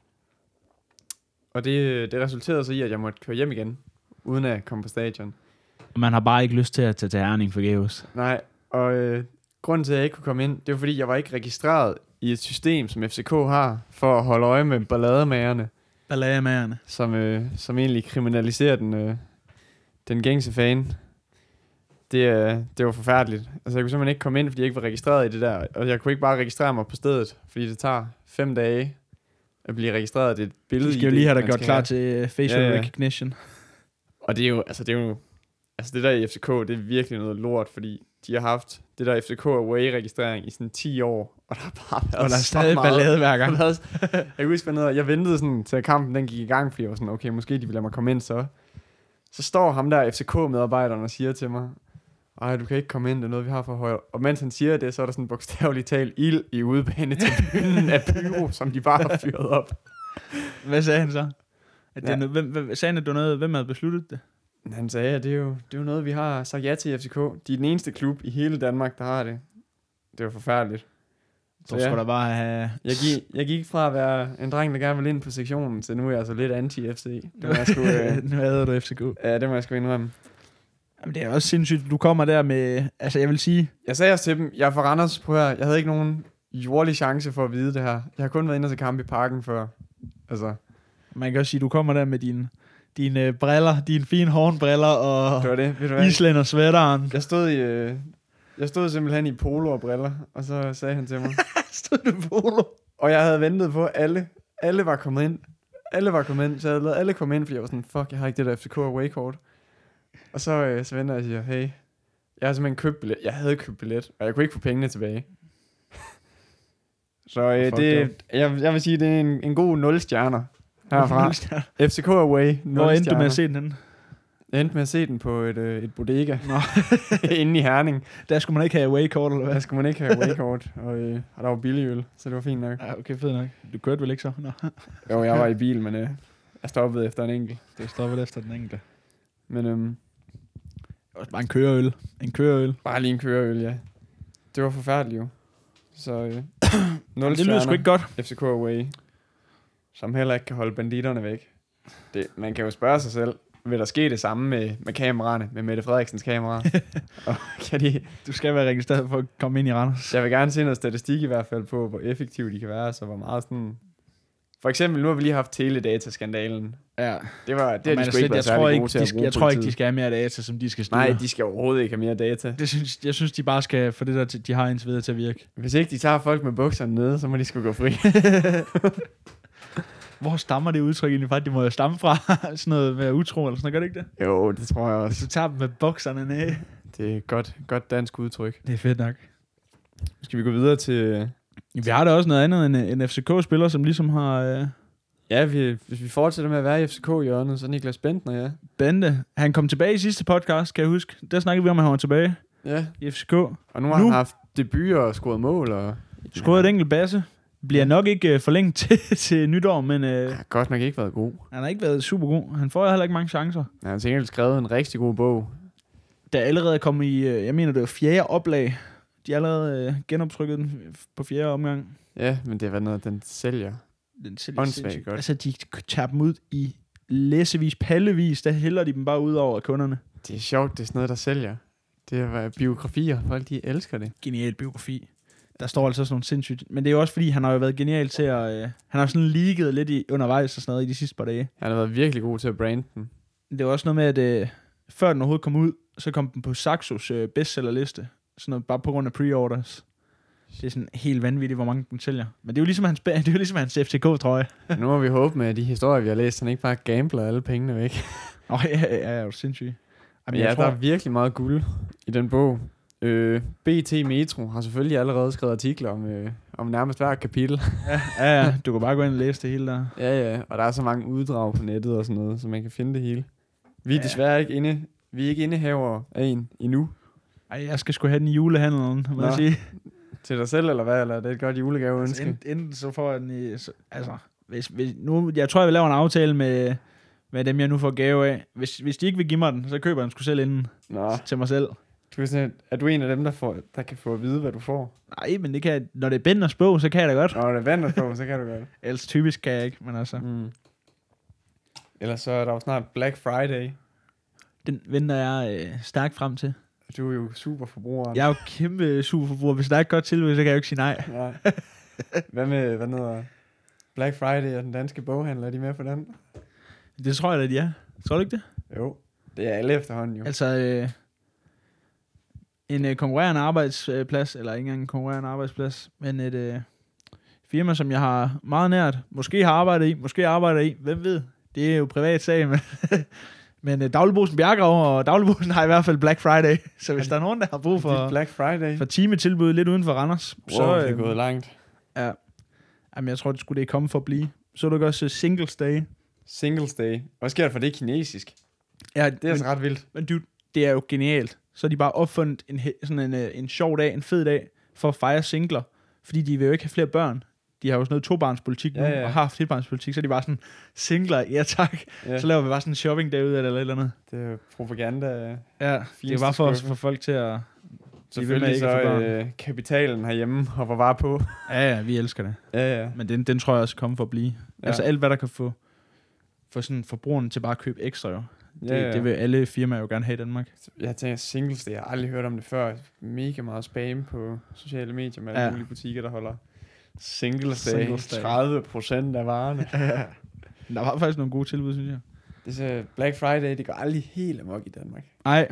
B: Og det resulterede så i, at jeg måtte køre hjem igen, uden at komme på stadion.
A: Og man har bare ikke lyst til at tage til Herning forgæves.
B: Nej, og grunden til, at jeg ikke kunne komme ind, det var fordi, jeg var ikke registreret i et system, som FCK har, for at holde øje med ballademagerne.
A: Ballademagerne.
B: Som egentlig kriminaliserer den gængse fan. Det var forfærdeligt. Altså, jeg kunne simpelthen ikke komme ind, fordi jeg ikke var registreret i det der. Og jeg kunne ikke bare registrere mig på stedet, fordi det tager 5 dage at blive registreret. Det er et billede.
A: Du skal jo lige have dig gjort klar til facial recognition.
B: Og det der i FCK, det er virkelig noget lort, fordi de har haft det der FCK Away-registrering i sådan 10 år, og der har bare været
A: og der er stadig ballade hver gang.
B: Jeg kan huske, jeg ventede sådan til kampen den gik i gang, fordi jeg var sådan, okay, måske de vil lade mig komme ind så. Så står ham der FCK-medarbejderen og siger til mig, ej, du kan ikke komme ind, det er noget, vi har for højre. Og mens han siger det, så er der sådan bogstaveligt talt ild i udebane til byen af pyro, som de bare har fyret op.
A: Hvad sagde han så? At det sagde han, at det var noget, hvem havde besluttet det?
B: Han sagde, at det er jo noget, vi har sagt ja til i FCK. De er den eneste klub i hele Danmark, der har det. Det var forfærdeligt.
A: Så skulle der bare have...
B: Jeg gik fra at være en dreng, der gerne ville ind på sektionen, til nu er jeg altså lidt anti-FC.
A: Nu hader du FCK.
B: Ja, det må jeg sgu indrømme.
A: Jamen, det er også sindssygt, du kommer der med... Altså, jeg vil sige...
B: Jeg sagde også til dem, jeg er fra Randers på her. Jeg havde ikke nogen jordlig chance for at vide det her. Jeg har kun været inde til kamp i parken før. Altså...
A: Man kan også sige, du kommer der med dine briller, dine fine hornbriller og
B: det var det, ved du hvad?
A: Island og sweateren.
B: Jeg stod simpelthen i polo og briller, og så sagde han til mig.
A: Stod du i polo?
B: Og jeg havde ventet på, at alle var kommet ind. Alle var kommet ind, så jeg havde lavet alle komme ind, fordi jeg var sådan, fuck, jeg har ikke det der FCK away-kort. Og så venter jeg og siger, hey, jeg har simpelthen købt billet. Jeg havde købt billet, og jeg kunne ikke få pengene tilbage. Så jeg vil sige, det er en god 0 stjerner herfra. FCK away, 0
A: Hvor endte
B: stjerner.
A: du med at se den henne?
B: Jeg endte med at se den på et bodega inde i Herning.
A: Der skulle man ikke have away-kort, eller hvad?
B: Der skulle man ikke have away-kort, og der var billig øl, så det var fint nok.
A: Ja, okay, fedt nok. Du kørte vel ikke så? Nå.
B: Jo, jeg var i bil, men jeg stoppede efter en enkelt.
A: Det stoppede efter den enkelte.
B: Men
A: det var bare en køreøl.
B: Bare lige en køreøl, ja. Det var forfærdeligt jo. Så 0
A: det lyder sgu ikke godt.
B: FCK away, som heller ikke kan holde banditterne væk. Man kan jo spørge sig selv, vil der ske det samme med kameraerne, med Mette Frederiksens kamera? Og
A: du skal være registreret for at komme ind i Randers.
B: Jeg vil gerne se noget statistik i hvert fald på, hvor effektive de kan være, så hvor meget sådan... For eksempel, nu har vi lige haft teledata-skandalen.
A: Ja.
B: Det har de sgu ikke været særlig gode til at bruge.
A: Jeg tror ikke, de skal have mere data, som de skal styre.
B: Nej, de skal overhovedet ikke have mere data.
A: Jeg synes, de bare skal få det der, de har indtil videre til at virke.
B: Hvis ikke de tager folk med bukserne nede, så må de sgu gå fri.
A: Hvor stammer det udtryk egentlig fra? De må jo stamme fra sådan noget med utro, eller sådan noget, gør det ikke det?
B: Jo, det tror jeg også.
A: Hvis du tager dem med bukserne ned.
B: Det er et godt dansk udtryk.
A: Det er fedt nok.
B: Skal vi gå videre til
A: Vi har da også noget andet end en FCK-spiller, som ligesom har...
B: Ja, hvis vi fortsætter med at være i FCK-hjørnet, så Niklas Bentner, ja.
A: Bente. Han kom tilbage i sidste podcast, kan jeg huske. Der snakkede vi om, at han var tilbage
B: Ja.
A: i FCK.
B: Og nu har han haft debut og scoret mål. Og...
A: Scoret et enkelt basse. Bliver nok ikke forlænget til nytår, men...
B: har godt nok ikke været god.
A: Han har ikke været super god. Han får heller ikke mange chancer.
B: Han har sikkert skrevet en rigtig god bog.
A: Der er allerede kommet i... Jeg mener, det var 4. oplag. De har allerede genoptrykket den på 4. omgang.
B: Ja, men det var noget, den sælger.
A: Den sælger
B: Åndssvagt
A: sindssygt.
B: godt.
A: Altså, de tager dem ud i læsevis, pallevis. Der hælder de dem bare ud over kunderne.
B: Det er sjovt, det er sådan noget, der sælger. Det er biografier. Folk, de elsker det.
A: Genial biografi. Der står altså sådan nogle sindssygt... Men det er jo også fordi, han har jo været genial til at... han har sådan leaget lidt undervejs og sådan noget i de sidste par dage.
B: Han har været virkelig god til at brande den.
A: Det var også noget med, at før den overhovedet kom ud, så kom den på Saxos bestsellerliste. Sådan noget, bare på grund af pre-orders. Det er sådan helt vanvittigt, hvor mange den sælger. Men det er jo ligesom hans FCK-trøje.
B: Nu må vi håbe med, at de historier, vi har læst, han ikke bare gambler alle pengene væk.
A: Ja, er jo sindssygt.
B: Jamen, ja, der er virkelig meget guld i den bog. BT Metro har selvfølgelig allerede skrevet artikler om nærmest hver kapitel.
A: Ja, du kan bare gå ind og læse det hele der.
B: Ja, og der er så mange uddrag på nettet og sådan noget, så man kan finde det hele. Vi er desværre ikke indehaver af en endnu.
A: Ej, jeg skal sgu have den i julehandlen, må jeg sige.
B: Til dig selv, eller hvad? Eller er det et godt julegave ønske?
A: Altså, enten så får jeg den i... Altså, hvis nu, jeg tror, jeg vil lave en aftale med dem, jeg nu får gave af. Hvis de ikke vil give mig den, så køber jeg den sgu selv inden til mig selv.
B: Er du en af dem, der kan få at vide, hvad du får?
A: Nej, men det kan, når det er Benders bog, så kan jeg da godt.
B: Når det er Benders bog, så kan du godt.
A: Ellers typisk kan jeg ikke, men altså...
B: Ellers så er der jo snart Black Friday. Den
A: venter jeg stærkt frem til.
B: Du er jo superforbrugeren.
A: Jeg er jo kæmpe superforbruger. Hvis der er et godt tilbud, så kan jeg jo ikke sige nej.
B: Hvad med Black Friday og den danske boghandler? Er de med på den?
A: Det tror jeg da, de er. Tror du ikke det?
B: Jo, det er alle efterhånden jo.
A: Altså, en konkurrerende arbejdsplads, eller ikke engang en konkurrerende arbejdsplads, men et firma, som jeg har meget nært, måske har arbejdet i, måske arbejder i, hvem ved? Det er jo privat sag, men Dagligbrugsen Bjerggrav og Dagligbrugsen har i hvert fald Black Friday, så hvis der er nogen, der har brug for
B: Black Friday
A: for timetilbud lidt uden for Randers, så
B: det er gået langt.
A: Ja. Jamen, jeg tror, det skulle komme for at blive. Så er du også Singles Day.
B: Singles Day. Hvad sker der for det kinesisk?
A: Ja,
B: det er altså ret vildt.
A: Men dude, det er jo genialt. Så har de bare opfundet en sjov dag, en fed dag, for at fejre singler. Fordi de vil jo ikke have flere børn. De har jo sådan noget tobarnspolitik nu, og har haft etbarnspolitik, så er de bare sådan, singler, ja tak. Ja. Så laver vi bare sådan en shopping dag ud af det, eller et eller andet.
B: Det er propaganda.
A: Ja, det er bare for at få folk til at...
B: Selvfølgelig så kapitalen herhjemme hopper bare på.
A: Ja, vi elsker det.
B: Ja.
A: Men den tror jeg også kommer for at blive. Ja. Altså alt, hvad der kan få sådan forbrugerne til bare at købe ekstra, jo. Det vil alle firmaer jo gerne have i Danmark. Jeg
B: tænker, Singles Day, jeg har aldrig hørt om det før. Mega meget spam på sociale medier med alle mulige butikker, der holder Singles Day. 30% af varerne.
A: Der var faktisk nogle gode tilbud, synes jeg.
B: Det er Black Friday, det går aldrig helt amok i Danmark.
A: Nej,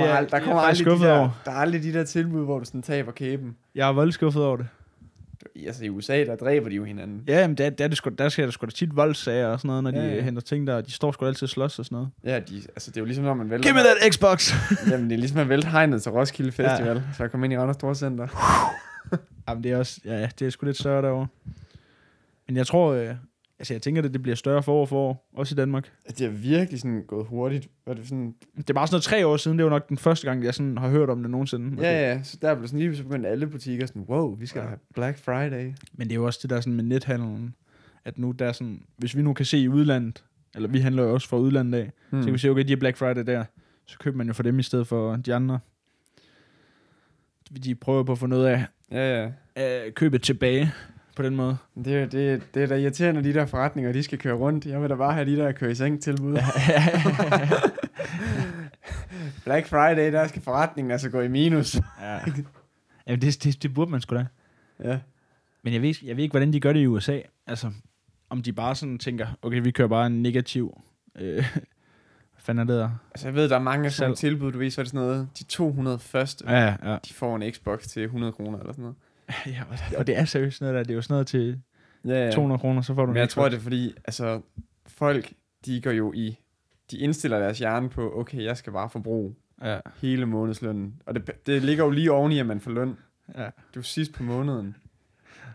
B: der er aldrig de der tilbud, hvor du sådan taber kæben.
A: Jeg er voldt skuffet over det.
B: Altså i USA, der dræber de jo hinanden.
A: Ja, men der sker der sgu da tit voldssager og sådan noget, når de henter ting der. De står sgu altid og slås og sådan noget.
B: Ja, det er jo ligesom, når man vælter...
A: Give me that Xbox!
B: Jamen, det er ligesom, at vælte hegnet til Roskilde Festival, så jeg kom ind i Randers Storcenter.
A: Jamen, det er også... Ja, det er sgu lidt større derovre. Men jeg tror... jeg tænker, at det bliver større for år, også i Danmark.
B: Det er virkelig sådan gået hurtigt.
A: Det er bare sådan noget 3 år siden, det var nok den første gang, jeg sådan har hørt om det nogensinde.
B: Ja, så der blev sådan lige begyndt alle butikker sådan, wow, vi skal have Black Friday.
A: Men det er jo også det der sådan med nethandlen, at nu der sådan, hvis vi nu kan se i udlandet, eller vi handler jo også fra udlandet af, så kan vi se, okay, de er Black Friday der, så køber man jo for dem i stedet for de andre. De prøver på at få noget af købet tilbage. På den måde.
B: Det er da irriterende, de der forretninger, de skal køre rundt. Jeg vil da bare have de der køre i seng tilbud. Black Friday, der skal forretningen altså gå i minus.
A: Ja. Jamen, det burde man sgu da.
B: Ja.
A: Men jeg ved ikke, hvordan de gør det i USA. Altså, om de bare sådan tænker, okay, vi kører bare en negativ... hvad fanden er det der?
B: Altså, jeg ved, der er mange sådan tilbud, du ved, så er det sådan noget, de 200 første, de får en Xbox til 100 kroner eller sådan noget.
A: Ja, og det er seriøst noget der. Det er jo sådan noget til 200 kroner, så får du.
B: Men jeg tror, det er fordi, altså, folk, de går jo de indstiller deres hjerne på, okay, jeg skal bare forbruge hele månedslønnen. Og det ligger jo lige oveni, at man får løn. Ja. Du er sidst på måneden.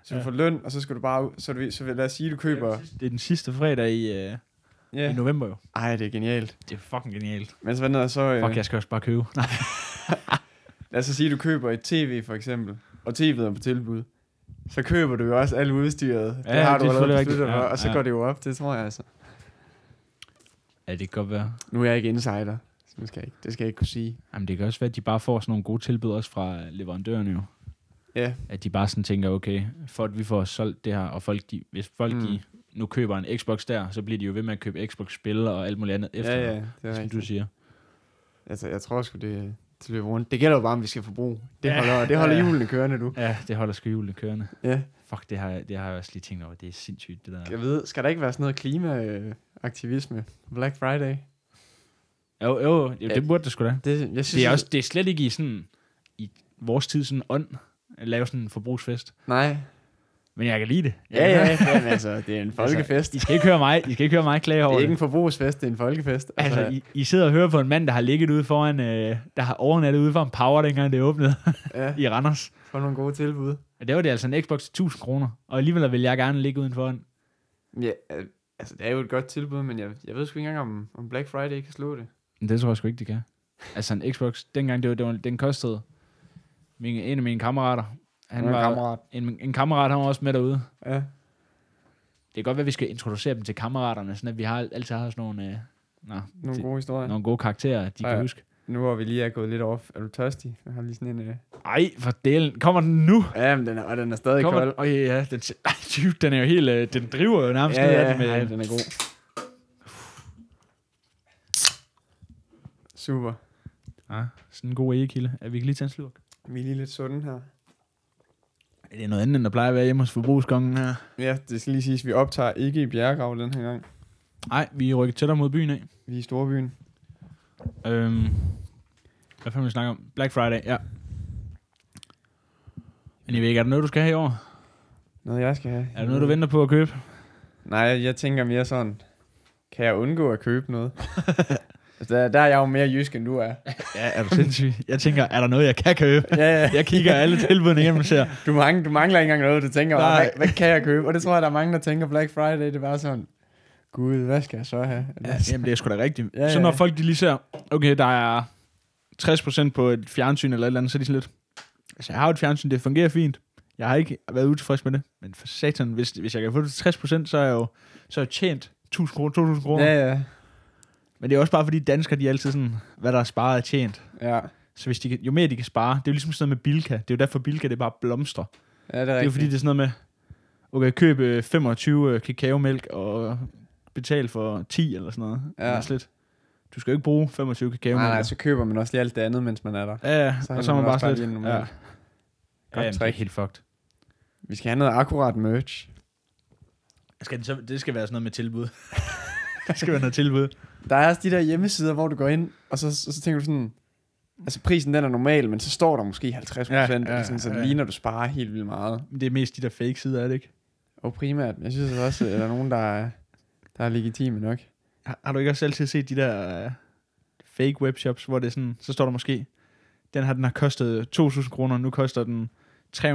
B: Så du får løn, og så skal du bare... Så lad os sige, du køber...
A: Det er den sidste fredag i november jo.
B: Ej, det er genialt.
A: Det er fucking genialt.
B: Men så venter så...
A: Fuck, jeg skal også bare købe. Nej.
B: Lad os så sige, du køber et tv for eksempel, og tv'et er på tilbud. Så køber du jo også alle udstyret.
A: Ja,
B: det har du
A: det er
B: allerede
A: selvfølgelig
B: besluttet
A: rigtigt.
B: for, og så går det jo op. Det tror jeg altså.
A: Ja, det kan godt være.
B: Nu er jeg ikke insider, så det skal jeg ikke kunne sige.
A: Jamen, det kan også være, at de bare får sådan nogle gode tilbud også fra leverandørerne jo.
B: Ja.
A: At de bare sådan tænker, okay, for at vi får solgt det her, og hvis folk de nu køber en Xbox der, så bliver de jo ved med at købe Xbox-spil og alt muligt andet efter.
B: Ja, det er
A: som
B: rigtigt.
A: du siger.
B: Altså, jeg tror sgu, det løber rundt. Det gælder jo bare, om vi skal forbruge. Det holder hjulene kørende, du.
A: Ja, det holder sgu hjulene kørende.
B: Ja.
A: Fuck, det har jeg også lige tænkt over. Det er sindssygt, det der.
B: Jeg ved, skal der ikke være sådan noget klimaaktivisme på Black Friday?
A: Jo, det burde det sgu da.
B: Jeg synes,
A: Det er slet ikke i vores tid sådan ånd at lave sådan en forbrugsfest.
B: Nej.
A: Men jeg kan lide det.
B: Ja, men altså, det er en folkefest.
A: Altså, I skal ikke høre mig klage over
B: det.
A: Det
B: er ikke en forbrugsfest, det er en folkefest.
A: Altså, I sidder og hører på en mand, der har ligget ude foran, der har overnattet ude foran Power, dengang det åbnede i Randers.
B: For nogle gode tilbud.
A: Ja, det var det altså en Xbox til 1000 kroner. Og alligevel vil jeg gerne ligge uden foran.
B: Ja, altså det er jo et godt tilbud, men jeg ved sgu ikke engang, om Black Friday kan slå det.
A: Men det tror jeg sgu ikke, det kan. Altså en Xbox, dengang den kostede en af mine kammerater. En kammerat, han var også med derude.
B: Ja.
A: Det kan godt være, at vi skal introducere dem til kammeraterne, sådan at vi altid har sådan nogle
B: gode historier.
A: Nogle gode karakterer, de kan huske.
B: Nu hvor vi lige er gået lidt off. Er du tørstig? Jeg har lige sådan en...
A: Ej, for delen. Kommer den nu?
B: Ja, men den er stadig kold.
A: Ja, den er jo helt... den driver jo nærmest ned af det med...
B: Ja, den er god. Super.
A: Ja, sådan en god egekilde. Vi kan lige tage en slurk.
B: Vi er lige lidt sunde her.
A: Det er noget andet, end der plejer at være hjemme hos forbrugskongen her.
B: Ja, det skal lige siges, vi optager ikke i Bjerregrav den her gang.
A: Nej, vi er rykket tættere mod byen af.
B: Vi er i Storbyen.
A: Hvad fanden vi snakker om? Black Friday, ja. Men jeg ved ikke, er der noget, du skal have i år?
B: Noget, jeg skal have?
A: Er der noget, du venter på at købe?
B: Nej, jeg tænker mere sådan, kan jeg undgå at købe noget? Altså, der er jeg jo mere jysk, end du er.
A: Ja, er du sindssyg? Jeg tænker, er der noget, jeg kan købe?
B: Ja.
A: Jeg kigger alle tilbudene igennem og ser.
B: Du mangler ikke engang noget, du tænker, hvad kan jeg købe? Og det tror jeg, der er mange, der tænker Black Friday, det var sådan, gud, hvad skal jeg så have?
A: Ja, jamen, det er sgu da rigtigt.
B: Ja.
A: Så når folk de lige ser, okay, der er 60% på et fjernsyn eller et eller andet, så er de sådan lidt, altså jeg har et fjernsyn, det fungerer fint. Jeg har ikke været utilfreds med det, men for satan, hvis jeg kan få det til 60%, så er jeg tjent 1.000 kroner, 2.000 kroner.
B: Ja.
A: Men det er også bare fordi danskere, de er altid sådan, hvad der er sparet er tjent.
B: Ja.
A: Så jo mere de kan spare, det er jo ligesom sådan noget med Bilka. Det er jo derfor Bilka, det er bare blomster.
B: Ja, det er
A: Det er jo fordi, det er sådan noget med, okay, købe 25 kakaomælk og betale for 10 eller sådan noget.
B: Ja.
A: Slet. Du skal jo ikke bruge 25 kakaomælk.
B: Nej, så køber man også lige alt det andet, mens man er der.
A: Ja, og så er man bare slet.
B: Ja.
A: Godt trick. Helt fucked.
B: Vi skal have noget akkurat merch.
A: Det skal være sådan noget med tilbud. Det skal være noget tilbud.
B: Der er også de der hjemmesider, hvor du går ind, og så tænker du sådan, altså prisen den er normal, men så står der måske 50%, eller sådan, så det ligner, du sparer helt vildt meget.
A: Det er mest de der fake sider, er det ikke?
B: Og primært, jeg synes også, at der er nogen, der er legitime nok.
A: Har du ikke også altid set de der fake webshops, hvor det er sådan, så står der måske, den har kostet 2.000 kroner, nu koster den 337,5,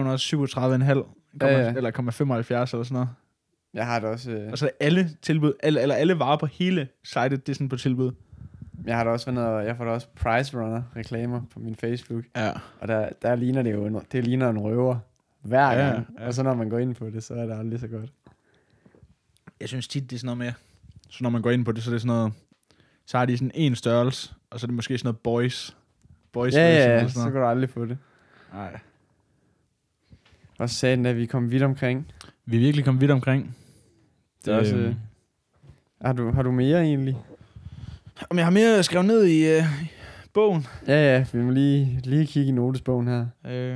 A: eller 0,75 eller sådan noget.
B: Jeg har det også...
A: Og så er alle tilbud, eller alle varer på hele sitet, det er sådan på tilbud.
B: Jeg får da også Price Runner reklamer på min Facebook.
A: Ja.
B: Og der ligner det jo, det ligner en røver hver gang. Ja. Og så når man går ind på det, så er det aldrig så godt.
A: Jeg synes tit, det er sådan noget med, så når man går ind på det, så er det sådan noget, så har de sådan en størrelse, og så er det måske sådan noget boys.
B: Ja, så kan du aldrig få det.
A: Nej.
B: Og så sagde den, at vi kom vidt omkring.
A: Vi er virkelig kommet vidt omkring.
B: Det er også... Har du mere egentlig?
A: Om jeg har mere skrevet ned i bogen?
B: Ja, vi må lige kigge i notesbogen her.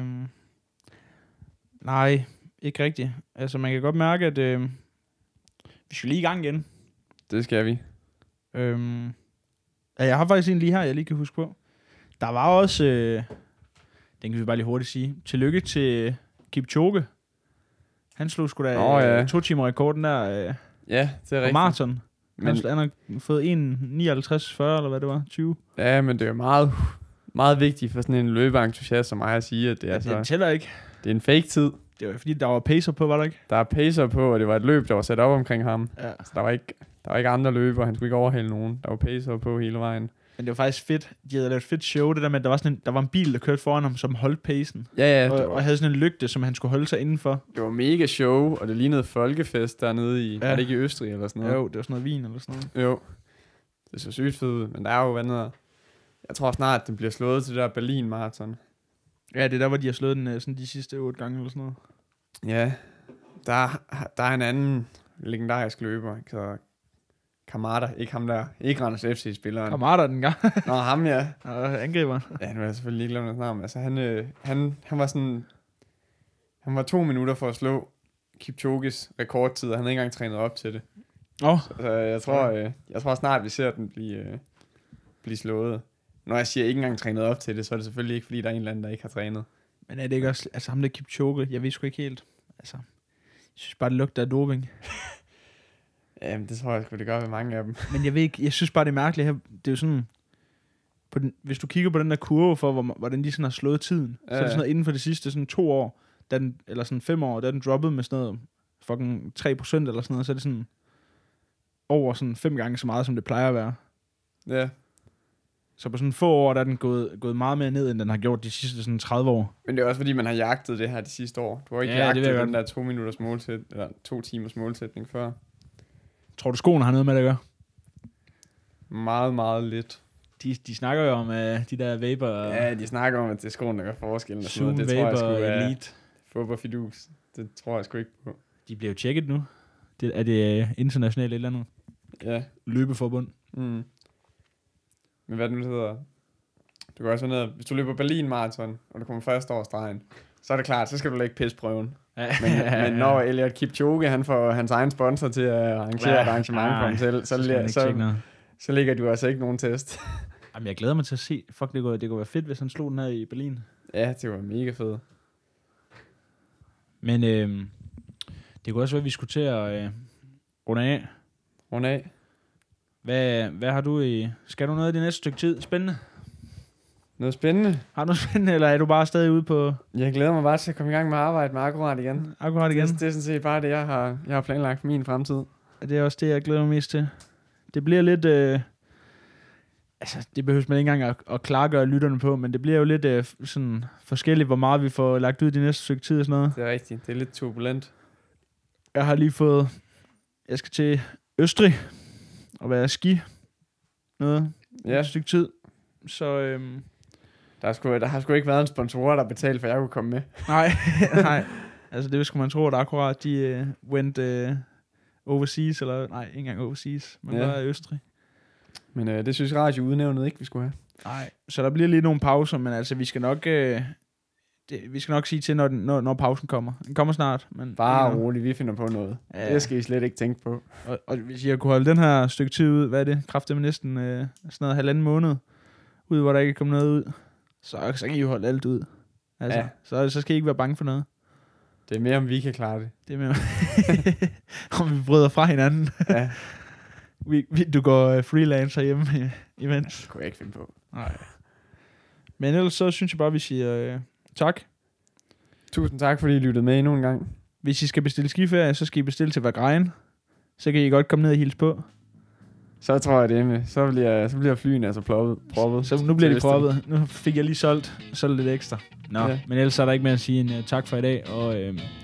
A: Nej, ikke rigtigt. Altså, man kan godt mærke, at vi skal lige i gang igen.
B: Det skal vi.
A: Jeg har faktisk en lige her, jeg lige kan huske på. Der var også, den kan vi bare lige hurtigt sige, tillykke til Kipchoge. Han slog sgu da 2 timer rekorden der
B: ja, det er rigtigt.
A: maraton. Han har fået 1,59,40 eller hvad det var, 20.
B: Ja, men det er jo meget, meget vigtigt for sådan en løbeentusiast som mig at sige, at det er
A: det tæller ikke.
B: Det er en fake tid.
A: Det var fordi, der var pacer på, var der ikke?
B: Der er pacer på, og det var et løb, der var sat op omkring ham.
A: Ja.
B: Så der var ikke andre løber, han skulle ikke overhale nogen. Der var pacer på hele vejen.
A: Men det var faktisk fedt. De havde lavet et fedt show, det der med, at der var en bil, der kørte foran ham, som holdt pacen.
B: Ja,
A: Og havde sådan en lygte, som han skulle holde sig indenfor.
B: det var mega show, og det lignede folkefest dernede i, var det ikke i Østrig eller sådan noget?
A: Jo, det var sådan noget vin eller sådan noget.
B: Jo. Det så sygt fedt ud, men der er jo vandet. Jeg tror snart, den bliver slået til det der Berlin-marathon.
A: Ja, det er der, hvor de har slået den sådan de sidste 8 gange eller sådan noget.
B: Ja, der er en anden legendarisk løber, så Kamada, ikke ham der, ikke Randers FC-spilleren.
A: Kamada den gang.
B: Nå, ham ja.
A: Og angriber.
B: Ja, nu er jeg selvfølgelig ikke glemt hans navn. Altså han var sådan, han var 2 minutter for at slå Kipchoges rekordtid, og han havde ikke engang trænet op til det. Så jeg tror snart, vi ser den blive slået. Når jeg siger ikke engang trænet op til det, så er det selvfølgelig ikke, fordi der er en eller anden, der ikke har trænet.
A: Men er det ikke også, altså ham der Kipchoge, jeg ved sgu ikke helt, altså, jeg synes bare, det lugter af doping.
B: Jamen, det tror jeg sgu, det gør ved mange af dem.
A: Men jeg ved ikke, jeg synes bare, det er mærkeligt her, det er jo sådan, hvis du kigger på den der kurve for, hvordan de sådan har slået tiden, så er det sådan noget inden for de sidste sådan 2 år, eller sådan 5 år, der er den droppet med sådan noget, fucking 3% eller sådan noget, så er det sådan over sådan 5 gange så meget, som det plejer at være.
B: Ja.
A: Så på sådan få år, der er den gået meget mere ned, end den har gjort de sidste sådan 30 år.
B: Men det er også fordi, man har jagtet det her de sidste år. Du har ikke jagtet den der 2 minutters målsætning, eller 2 timers målsætning før.
A: Tror du, skoene har noget med det at gøre?
B: Meget, meget lidt.
A: De snakker jo om de der vapor.
B: Ja, de snakker om, at det er skoene, der gør forskellen.
A: Zoom,
B: det
A: vapor,
B: tror jeg sgu
A: elite.
B: Fup og fidus. Det tror jeg sgu ikke på.
A: De bliver jo tjekket nu. Er det internationalt eller andet?
B: Ja.
A: Løbeforbund.
B: Mm. Men hvad det nu hedder? Du kan også være nede, hvis du løber Berlin-marathon, og du kommer først over stregen, så er det klart, så skal du lægge pisprøven.
A: Ja.
B: Men når Eliud Kipchoge, han får hans egen sponsor til at arrangere et arrangement for ham selv, så ligger du altså ikke nogen test.
A: Jamen, jeg glæder mig til at se. Fuck, det kunne være fedt, hvis han slog den her i Berlin.
B: Ja, det var mega fedt.
A: Men det kunne også være, at vi skulle til at runde af.
B: Runde af?
A: Hvad har du i... Skal du noget i det næste stykke tid? Spændende?
B: Noget spændende?
A: Har du noget spændende, eller er du bare stadig ude på...
B: Jeg glæder mig bare til at komme i gang med at arbejde med Akkurat igen.
A: Akkurat igen?
B: Det er sådan set bare det, jeg har planlagt for min fremtid.
A: Det er også det, jeg glæder mig mest til. Det bliver lidt... altså, det behøver man ikke engang at klargøre lytterne på, men det bliver jo lidt sådan forskelligt, hvor meget vi får lagt ud de næste stykke tid og sådan noget.
B: Det er rigtigt. Det er lidt turbulent.
A: Jeg har lige fået... Jeg skal til Østrig og være ski noget et stykke tid. Så...
B: Der har sgu ikke været en sponsor, der betalte, for jeg kunne komme med.
A: Nej. Altså det skulle man tro, at Akkurat de went overseas, eller nej, ikke engang overseas, men bare i Østrig.
B: Men det synes Radio udnævnet ikke, vi skulle have.
A: Nej, så der bliver lige nogle pauser, men altså vi skal nok sige til, når pausen kommer. Den kommer snart. Men
B: bare roligt, vi finder på noget. Ja. Det skal I slet ikke tænke på.
A: Og hvis jeg kunne holde den her stykke tid ud, hvad er det? Kræfter med næsten sådan noget 1,5 måned ud, hvor der ikke kommer noget ud. Så kan I jo holde alt ud. Altså, så skal I ikke være bange for noget.
B: Det er mere, om vi kan klare det.
A: Det er mere, om vi bryder fra hinanden.
B: Ja.
A: Du går freelancer hjemme imens.
B: Det kunne jeg ikke finde på.
A: Nej. Men ellers så synes jeg bare, vi siger tak.
B: Tusind tak, fordi I lyttede med endnu en gang.
A: Hvis I skal bestille skiferie, så skal I bestille til Vagrejen. Så kan I godt komme ned og hilse på.
B: Så tror jeg det er med. Så bliver flyene altså proppet.
A: Så nu bliver de proppet. Nu fik jeg lige solgt lidt ekstra. Nå, men ellers er der ikke mere at sige end tak for i dag. Og